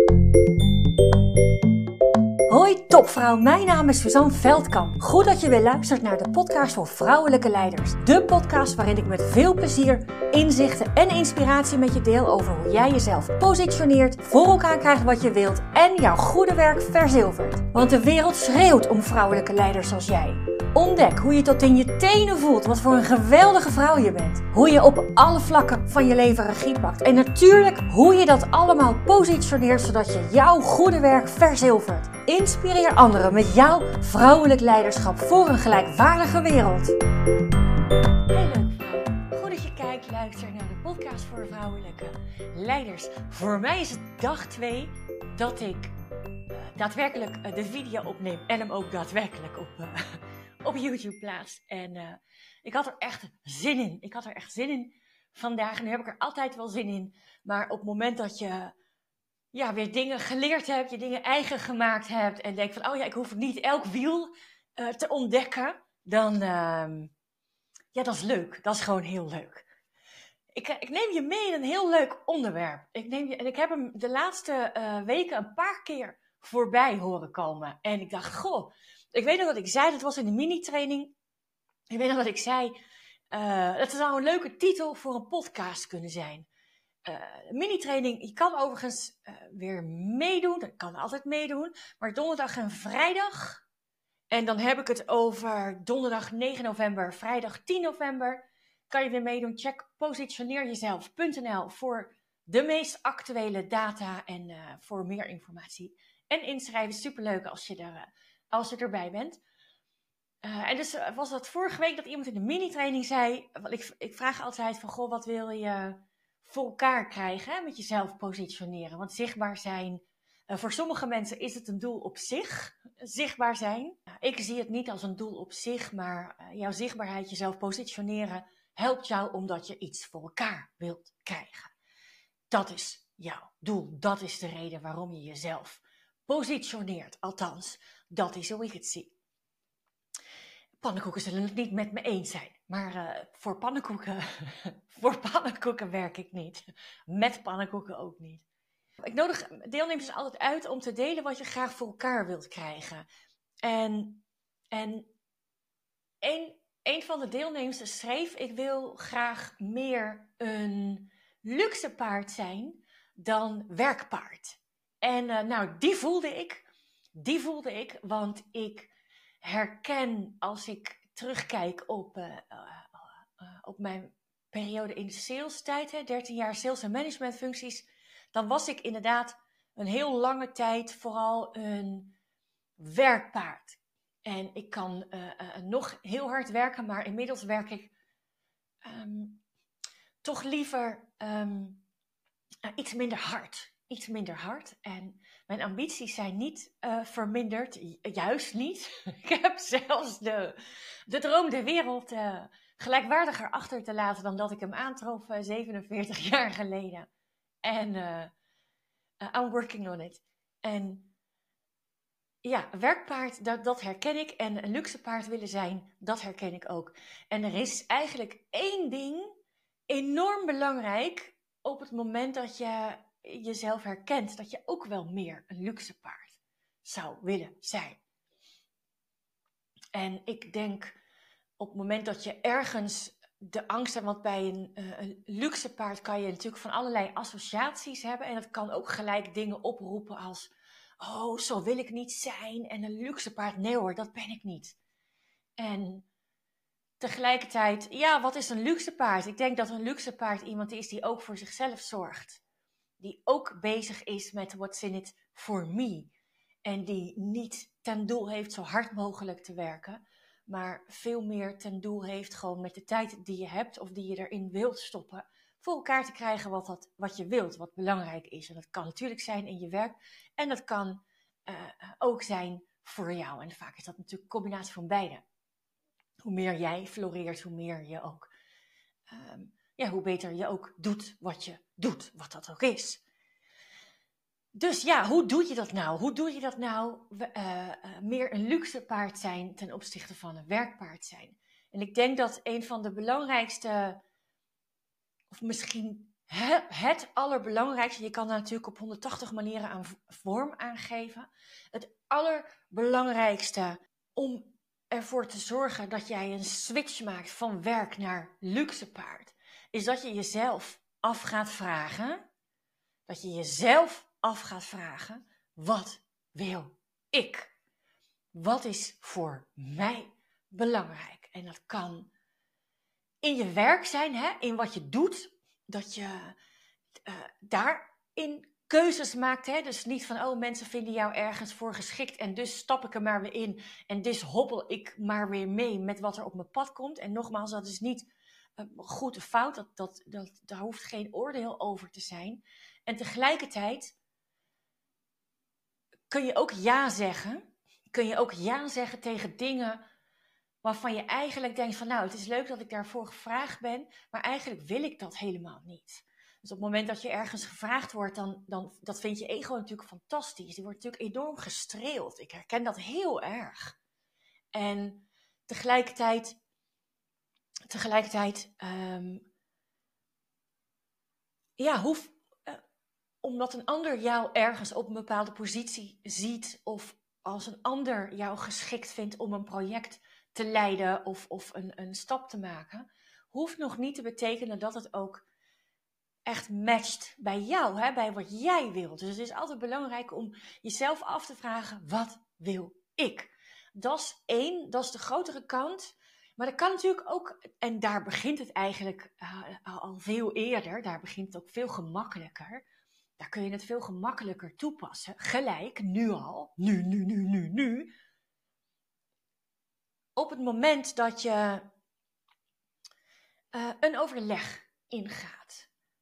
Hoi topvrouw, mijn naam is Suzanne Veldkamp. Goed dat je weer luistert naar de podcast voor vrouwelijke leiders. De podcast waarin ik met veel plezier, inzichten en inspiratie met je deel over hoe jij jezelf positioneert, voor elkaar krijgt wat je wilt en jouw goede werk verzilvert. Want de wereld schreeuwt om vrouwelijke leiders zoals jij. Ontdek hoe je tot in je tenen voelt wat voor een geweldige vrouw je bent. Hoe je op alle vlakken van je leven regie pakt. En natuurlijk hoe je dat allemaal positioneert zodat je jouw goede werk verzilvert. Inspireer anderen met jouw vrouwelijk leiderschap voor een gelijkwaardige wereld. Hey leuk vrouw, goed dat je kijkt, luistert naar de podcast voor vrouwelijke leiders. Voor mij is het dag 2 dat ik daadwerkelijk de video opneem en hem ook daadwerkelijk op YouTube plaats. En ik had er echt zin in. Ik had er echt zin in vandaag. En nu heb ik er altijd wel zin in. Maar op het moment dat je weer dingen geleerd hebt, je dingen eigen gemaakt hebt en denkt van, oh ja, ik hoef niet elk wiel te ontdekken, dan, dat is leuk. Dat is gewoon heel leuk. Ik neem je mee in een heel leuk onderwerp. Ik heb hem de laatste weken een paar keer voorbij horen komen. En ik dacht, goh, ik weet nog dat ik zei, dat was in de mini-training. Ik weet nog dat ik zei, dat zou een leuke titel voor een podcast kunnen zijn. Mini-training, je kan overigens weer meedoen. Dat kan altijd meedoen. Maar donderdag en vrijdag. En dan heb ik het over donderdag 9 november, vrijdag 10 november. Kan je weer meedoen. Check positioneerjezelf.nl voor de meest actuele data en voor meer informatie. En inschrijven, superleuk als je erbij bent. En dus was dat vorige week dat iemand in de mini-training zei. Want ik vraag altijd van, goh, wat wil je voor elkaar krijgen, hè, met jezelf positioneren? Want zichtbaar zijn, voor sommige mensen is het een doel op zich, zichtbaar zijn. Ik zie het niet als een doel op zich, maar jouw zichtbaarheid, jezelf positioneren, helpt jou omdat je iets voor elkaar wilt krijgen. Dat is jouw doel, dat is de reden waarom je jezelf positioneert. Althans, dat is hoe ik het zie. Pannenkoeken zullen het niet met me eens zijn. Maar voor pannenkoeken werk ik niet. Met pannenkoeken ook niet. Ik nodig deelnemers altijd uit om te delen wat je graag voor elkaar wilt krijgen. En een van de deelnemers schreef, ik wil graag meer een luxe paard zijn dan werkpaard. En die voelde ik, want ik herken als ik terugkijk op mijn periode in de sales tijd, 13 jaar sales en managementfuncties, dan was ik inderdaad een heel lange tijd vooral een werkpaard. En ik kan nog heel hard werken, maar inmiddels werk ik toch liever iets minder hard. Iets minder hard. En mijn ambities zijn niet verminderd. Juist niet. Ik heb zelfs de droom de wereld gelijkwaardiger achter te laten dan dat ik hem aantrof 47 jaar geleden. En I'm working on it. En ja, werkpaard, dat herken ik. En een luxe paard willen zijn, dat herken ik ook. En er is eigenlijk één ding enorm belangrijk op het moment dat je jezelf herkent, dat je ook wel meer een luxe paard zou willen zijn. En ik denk op het moment dat je ergens de angst hebt, want bij een luxe paard kan je natuurlijk van allerlei associaties hebben en dat kan ook gelijk dingen oproepen als, oh, zo wil ik niet zijn en een luxe paard, nee hoor, dat ben ik niet. En tegelijkertijd, ja, wat is een luxe paard? Ik denk dat een luxe paard iemand is die ook voor zichzelf zorgt. Die ook bezig is met what's in it for me. En die niet ten doel heeft zo hard mogelijk te werken. Maar veel meer ten doel heeft gewoon met de tijd die je hebt of die je erin wilt stoppen. Voor elkaar te krijgen wat je wilt, wat belangrijk is. En dat kan natuurlijk zijn in je werk. En dat kan ook zijn voor jou. En vaak is dat natuurlijk een combinatie van beide. Hoe meer jij floreert, hoe meer je ook, hoe beter je ook doet wat je doet, wat dat ook is. Dus ja, hoe doe je dat nou? Hoe doe je dat nou meer een luxe paard zijn ten opzichte van een werkpaard zijn? En ik denk dat een van de belangrijkste, of misschien het allerbelangrijkste, je kan daar natuurlijk op 180 manieren aan vorm aangeven. Het allerbelangrijkste om ervoor te zorgen dat jij een switch maakt van werk naar luxe paard, is dat je jezelf af gaat vragen. Dat je jezelf af gaat vragen, wat wil ik? Wat is voor mij belangrijk? En dat kan in je werk zijn, in wat je doet, dat je daarin keuzes maakt. Dus niet van, mensen vinden jou ergens voor geschikt en dus stap ik er maar weer in. En dus hobbel ik maar weer mee met wat er op mijn pad komt. En nogmaals, dat is niet goed of fout. Daar hoeft geen oordeel over te zijn. En tegelijkertijd kun je ook ja zeggen. Kun je ook ja zeggen tegen dingen waarvan je eigenlijk denkt van, het is leuk dat ik daarvoor gevraagd ben, maar eigenlijk wil ik dat helemaal niet. Dus op het moment dat je ergens gevraagd wordt, dan dat vindt je ego natuurlijk fantastisch. Die wordt natuurlijk enorm gestreeld. Ik herken dat heel erg. En tegelijkertijd omdat een ander jou ergens op een bepaalde positie ziet, of als een ander jou geschikt vindt om een project te leiden of een stap te maken, hoeft nog niet te betekenen dat het ook echt matcht bij jou, bij wat jij wilt. Dus het is altijd belangrijk om jezelf af te vragen, wat wil ik? Dat is één, dat is de grotere kant. Maar dat kan natuurlijk ook, en daar begint het eigenlijk al veel eerder, daar begint het ook veel gemakkelijker. Daar kun je het veel gemakkelijker toepassen. Gelijk, nu al. Nu. Op het moment dat je een overleg ingaat.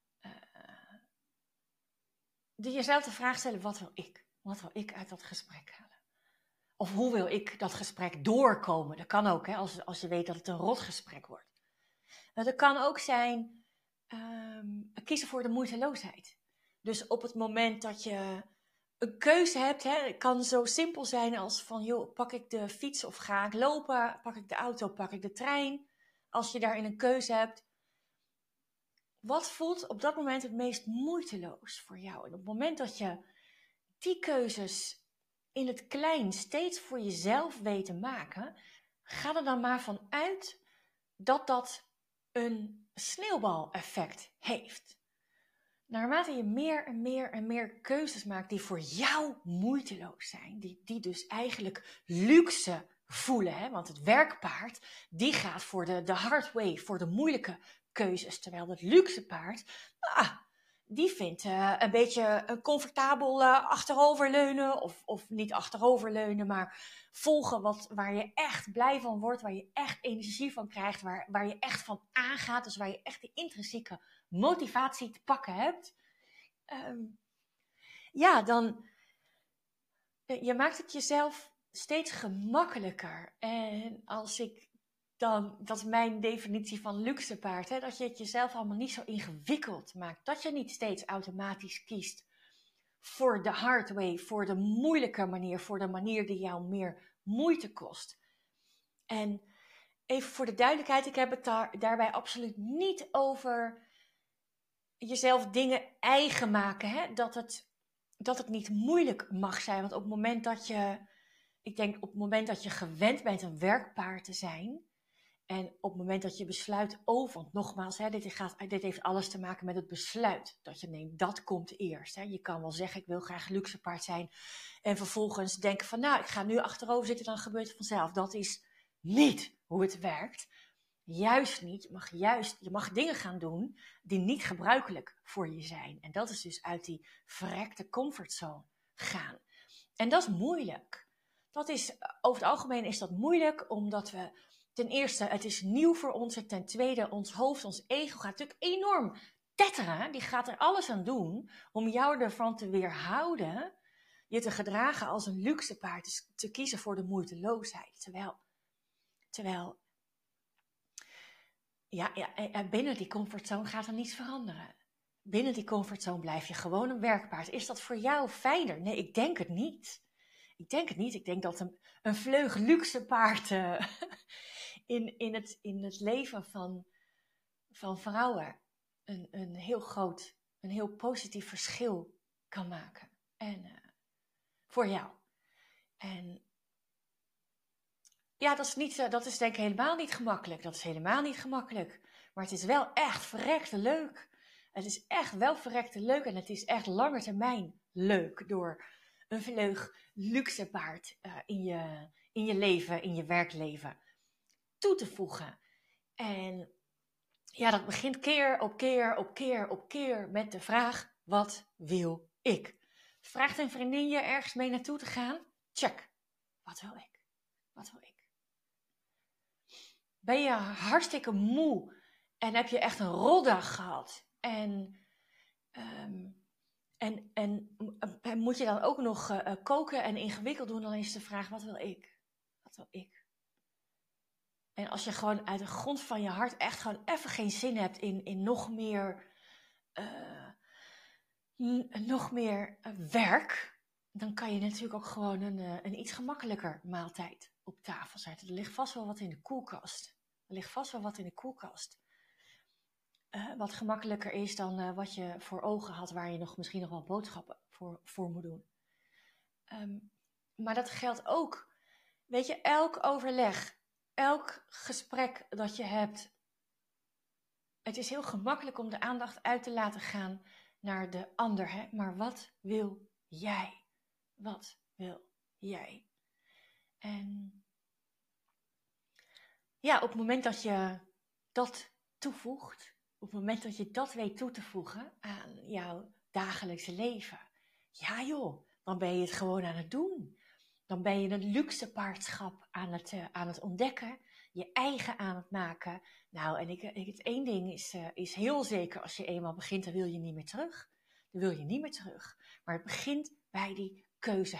Die jezelf de vraag stellen, wat wil ik? Wat wil ik uit dat gesprek halen? Of hoe wil ik dat gesprek doorkomen? Dat kan ook, als je weet dat het een rotgesprek wordt. Dat kan ook zijn kiezen voor de moeiteloosheid. Dus op het moment dat je een keuze hebt, het kan zo simpel zijn als van, joh, pak ik de fiets of ga ik lopen? Pak ik de auto, pak ik de trein? Als je daarin een keuze hebt, wat voelt op dat moment het meest moeiteloos voor jou? En op het moment dat je die keuzes in het klein steeds voor jezelf weet te maken, ga er dan maar van uit dat dat een sneeuwbaleffect heeft. Naarmate je meer en meer keuzes maakt die voor jou moeiteloos zijn, die dus eigenlijk luxe voelen, want het werkpaard, die gaat voor de hard way, voor de moeilijke keuzes, terwijl het luxe paard, die vindt een beetje een comfortabel achteroverleunen, of niet achteroverleunen, maar volgen waar je echt blij van wordt, waar je echt energie van krijgt, waar je echt van aangaat, dus waar je echt die intrinsieke motivatie te pakken hebt. Dan je maakt het jezelf steeds gemakkelijker. En als ik dan, dat is mijn definitie van luxe paard, dat je het jezelf allemaal niet zo ingewikkeld maakt. Dat je niet steeds automatisch kiest voor de hard way, voor de moeilijke manier, voor de manier die jou meer moeite kost. En even voor de duidelijkheid, ik heb het daarbij absoluut niet over jezelf dingen eigen maken, dat het niet moeilijk mag zijn. Want op het moment dat je gewend bent een werkpaard te zijn, en op het moment dat je besluit want nogmaals, dit heeft alles te maken met het besluit dat je neemt, dat komt eerst. Je kan wel zeggen, ik wil graag luxe paard zijn, en vervolgens denken van, ik ga nu achterover zitten, dan gebeurt het vanzelf. Dat is niet hoe het werkt. Juist niet. Je mag dingen gaan doen die niet gebruikelijk voor je zijn. En dat is dus uit die verrekte comfortzone gaan. En dat is moeilijk. Over het algemeen is dat moeilijk, omdat we ten eerste, het is nieuw voor ons. En ten tweede, ons hoofd, ons ego gaat natuurlijk enorm tetteren. Die gaat er alles aan doen om jou ervan te weerhouden je te gedragen als een luxe paard. Dus te kiezen voor de moeiteloosheid. Terwijl binnen die comfortzone gaat er niets veranderen. Binnen die comfortzone blijf je gewoon een werkpaard. Is dat voor jou fijner? Nee, ik denk het niet. Ik denk dat een vleug luxe paard in het leven van vrouwen een heel groot, een heel positief verschil kan maken. En voor jou. En ja, dat is denk ik helemaal niet gemakkelijk. Dat is helemaal niet gemakkelijk. Maar het is wel echt verrekte leuk. Het is echt wel verrekte leuk. En het is echt lange termijn leuk. Door een vleug luxe paard in je leven, in je werkleven toe te voegen. En ja, dat begint keer op keer op keer op keer met de vraag: wat wil ik? Vraagt een vriendin je ergens mee naartoe te gaan? Check. Wat wil ik? Wat wil ik? Ben je hartstikke moe en heb je echt een roldag gehad? En moet je dan ook nog koken en ingewikkeld doen? Dan is de vraag: wat wil ik? Wat wil ik? En als je gewoon uit de grond van je hart echt gewoon even geen zin hebt in nog meer werk, dan kan je natuurlijk ook gewoon een iets gemakkelijker maaltijd op tafel zetten. Er ligt vast wel wat in de koelkast. Wat gemakkelijker is dan wat je voor ogen had, waar je misschien nog wel boodschappen voor moet doen. Maar dat geldt ook. Weet je, elk overleg, elk gesprek dat je hebt, het is heel gemakkelijk om de aandacht uit te laten gaan naar de ander. Hè? Maar wat wil jij? Wat wil jij? En ja, op het moment dat je dat toevoegt, op het moment dat je dat weet toe te voegen aan jouw dagelijkse leven, ja joh, dan ben je het gewoon aan het doen. Dan ben je een luxe paardschap aan het ontdekken, je eigen aan het maken. Nou, en het één ding is heel zeker, als je eenmaal begint, dan wil je niet meer terug. Maar het begint bij die keuze.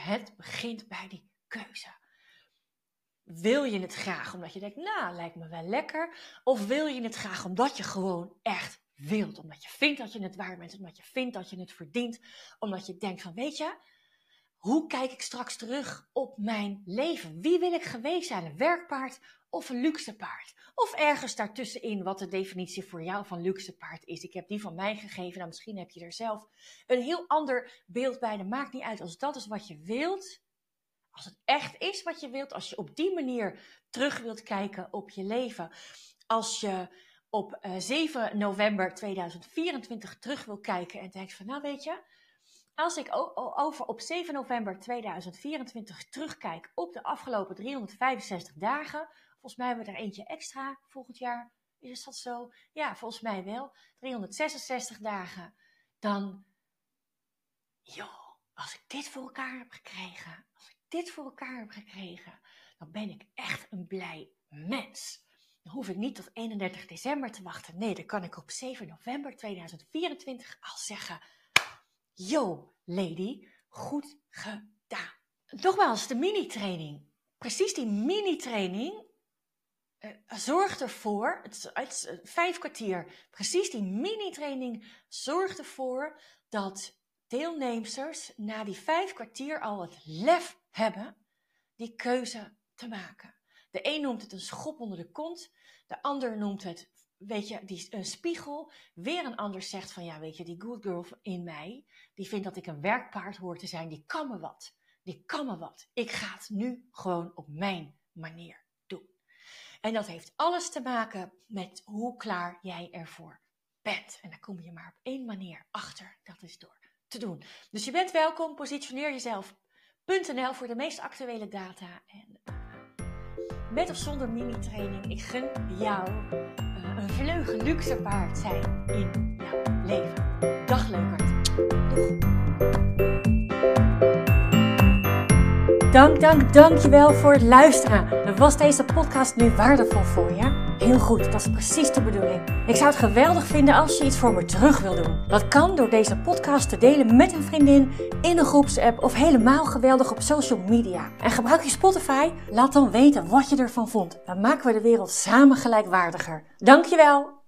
Wil je het graag omdat je denkt, nou, lijkt me wel lekker? Of wil je het graag omdat je gewoon echt wilt? Omdat je vindt dat je het waard bent, omdat je vindt dat je het verdient. Omdat je denkt van, weet je, hoe kijk ik straks terug op mijn leven? Wie wil ik geweest zijn? Een werkpaard of een luxe paard? Of ergens daartussenin wat de definitie voor jou van luxe paard is. Ik heb die van mij gegeven. Nou, misschien heb je er zelf een heel ander beeld bij. Dat maakt niet uit. Als dat is wat je wilt, als het echt is wat je wilt, als je op die manier terug wilt kijken op je leven. Als je op 7 november 2024 terug wil kijken en denkt van, nou weet je, als ik op 7 november 2024 terugkijk op de afgelopen 365 dagen, volgens mij hebben we er eentje extra volgend jaar, is dat zo? Ja, volgens mij wel. 366 dagen. Dan, joh, als ik dit voor elkaar heb gekregen, dan ben ik echt een blij mens. Dan hoef ik niet tot 31 december te wachten. Nee, dan kan ik op 7 november 2024 al zeggen, yo, lady, goed gedaan. Nogmaals, de mini-training. Precies die mini-training zorgt ervoor, het is 5 kwartier, precies die mini-training zorgt ervoor dat deelnemers na die 5 kwartier al het lef hebben die keuze te maken. De een noemt het een schop onder de kont, de ander noemt het, weet je, een spiegel. Weer een ander zegt van, ja, weet je, die good girl in mij, die vindt dat ik een werkpaard hoor te zijn, die kan me wat. Ik ga het nu gewoon op mijn manier doen. En dat heeft alles te maken met hoe klaar jij ervoor bent. En daar kom je maar op 1 manier achter, dat is door te doen. Dus je bent welkom, positioneer jezelf.nl voor de meest actuele data. En met of zonder mini-training, ik gun jou een vleugel luxe paard zijn in jouw leven. Dag leukert. Doeg. Dankjewel voor het luisteren. Was deze podcast nu waardevol voor je? Heel goed, dat is precies de bedoeling. Ik zou het geweldig vinden als je iets voor me terug wil doen. Dat kan door deze podcast te delen met een vriendin, in een groepsapp of helemaal geweldig op social media. En gebruik je Spotify? Laat dan weten wat je ervan vond. Dan maken we de wereld samen gelijkwaardiger. Dankjewel!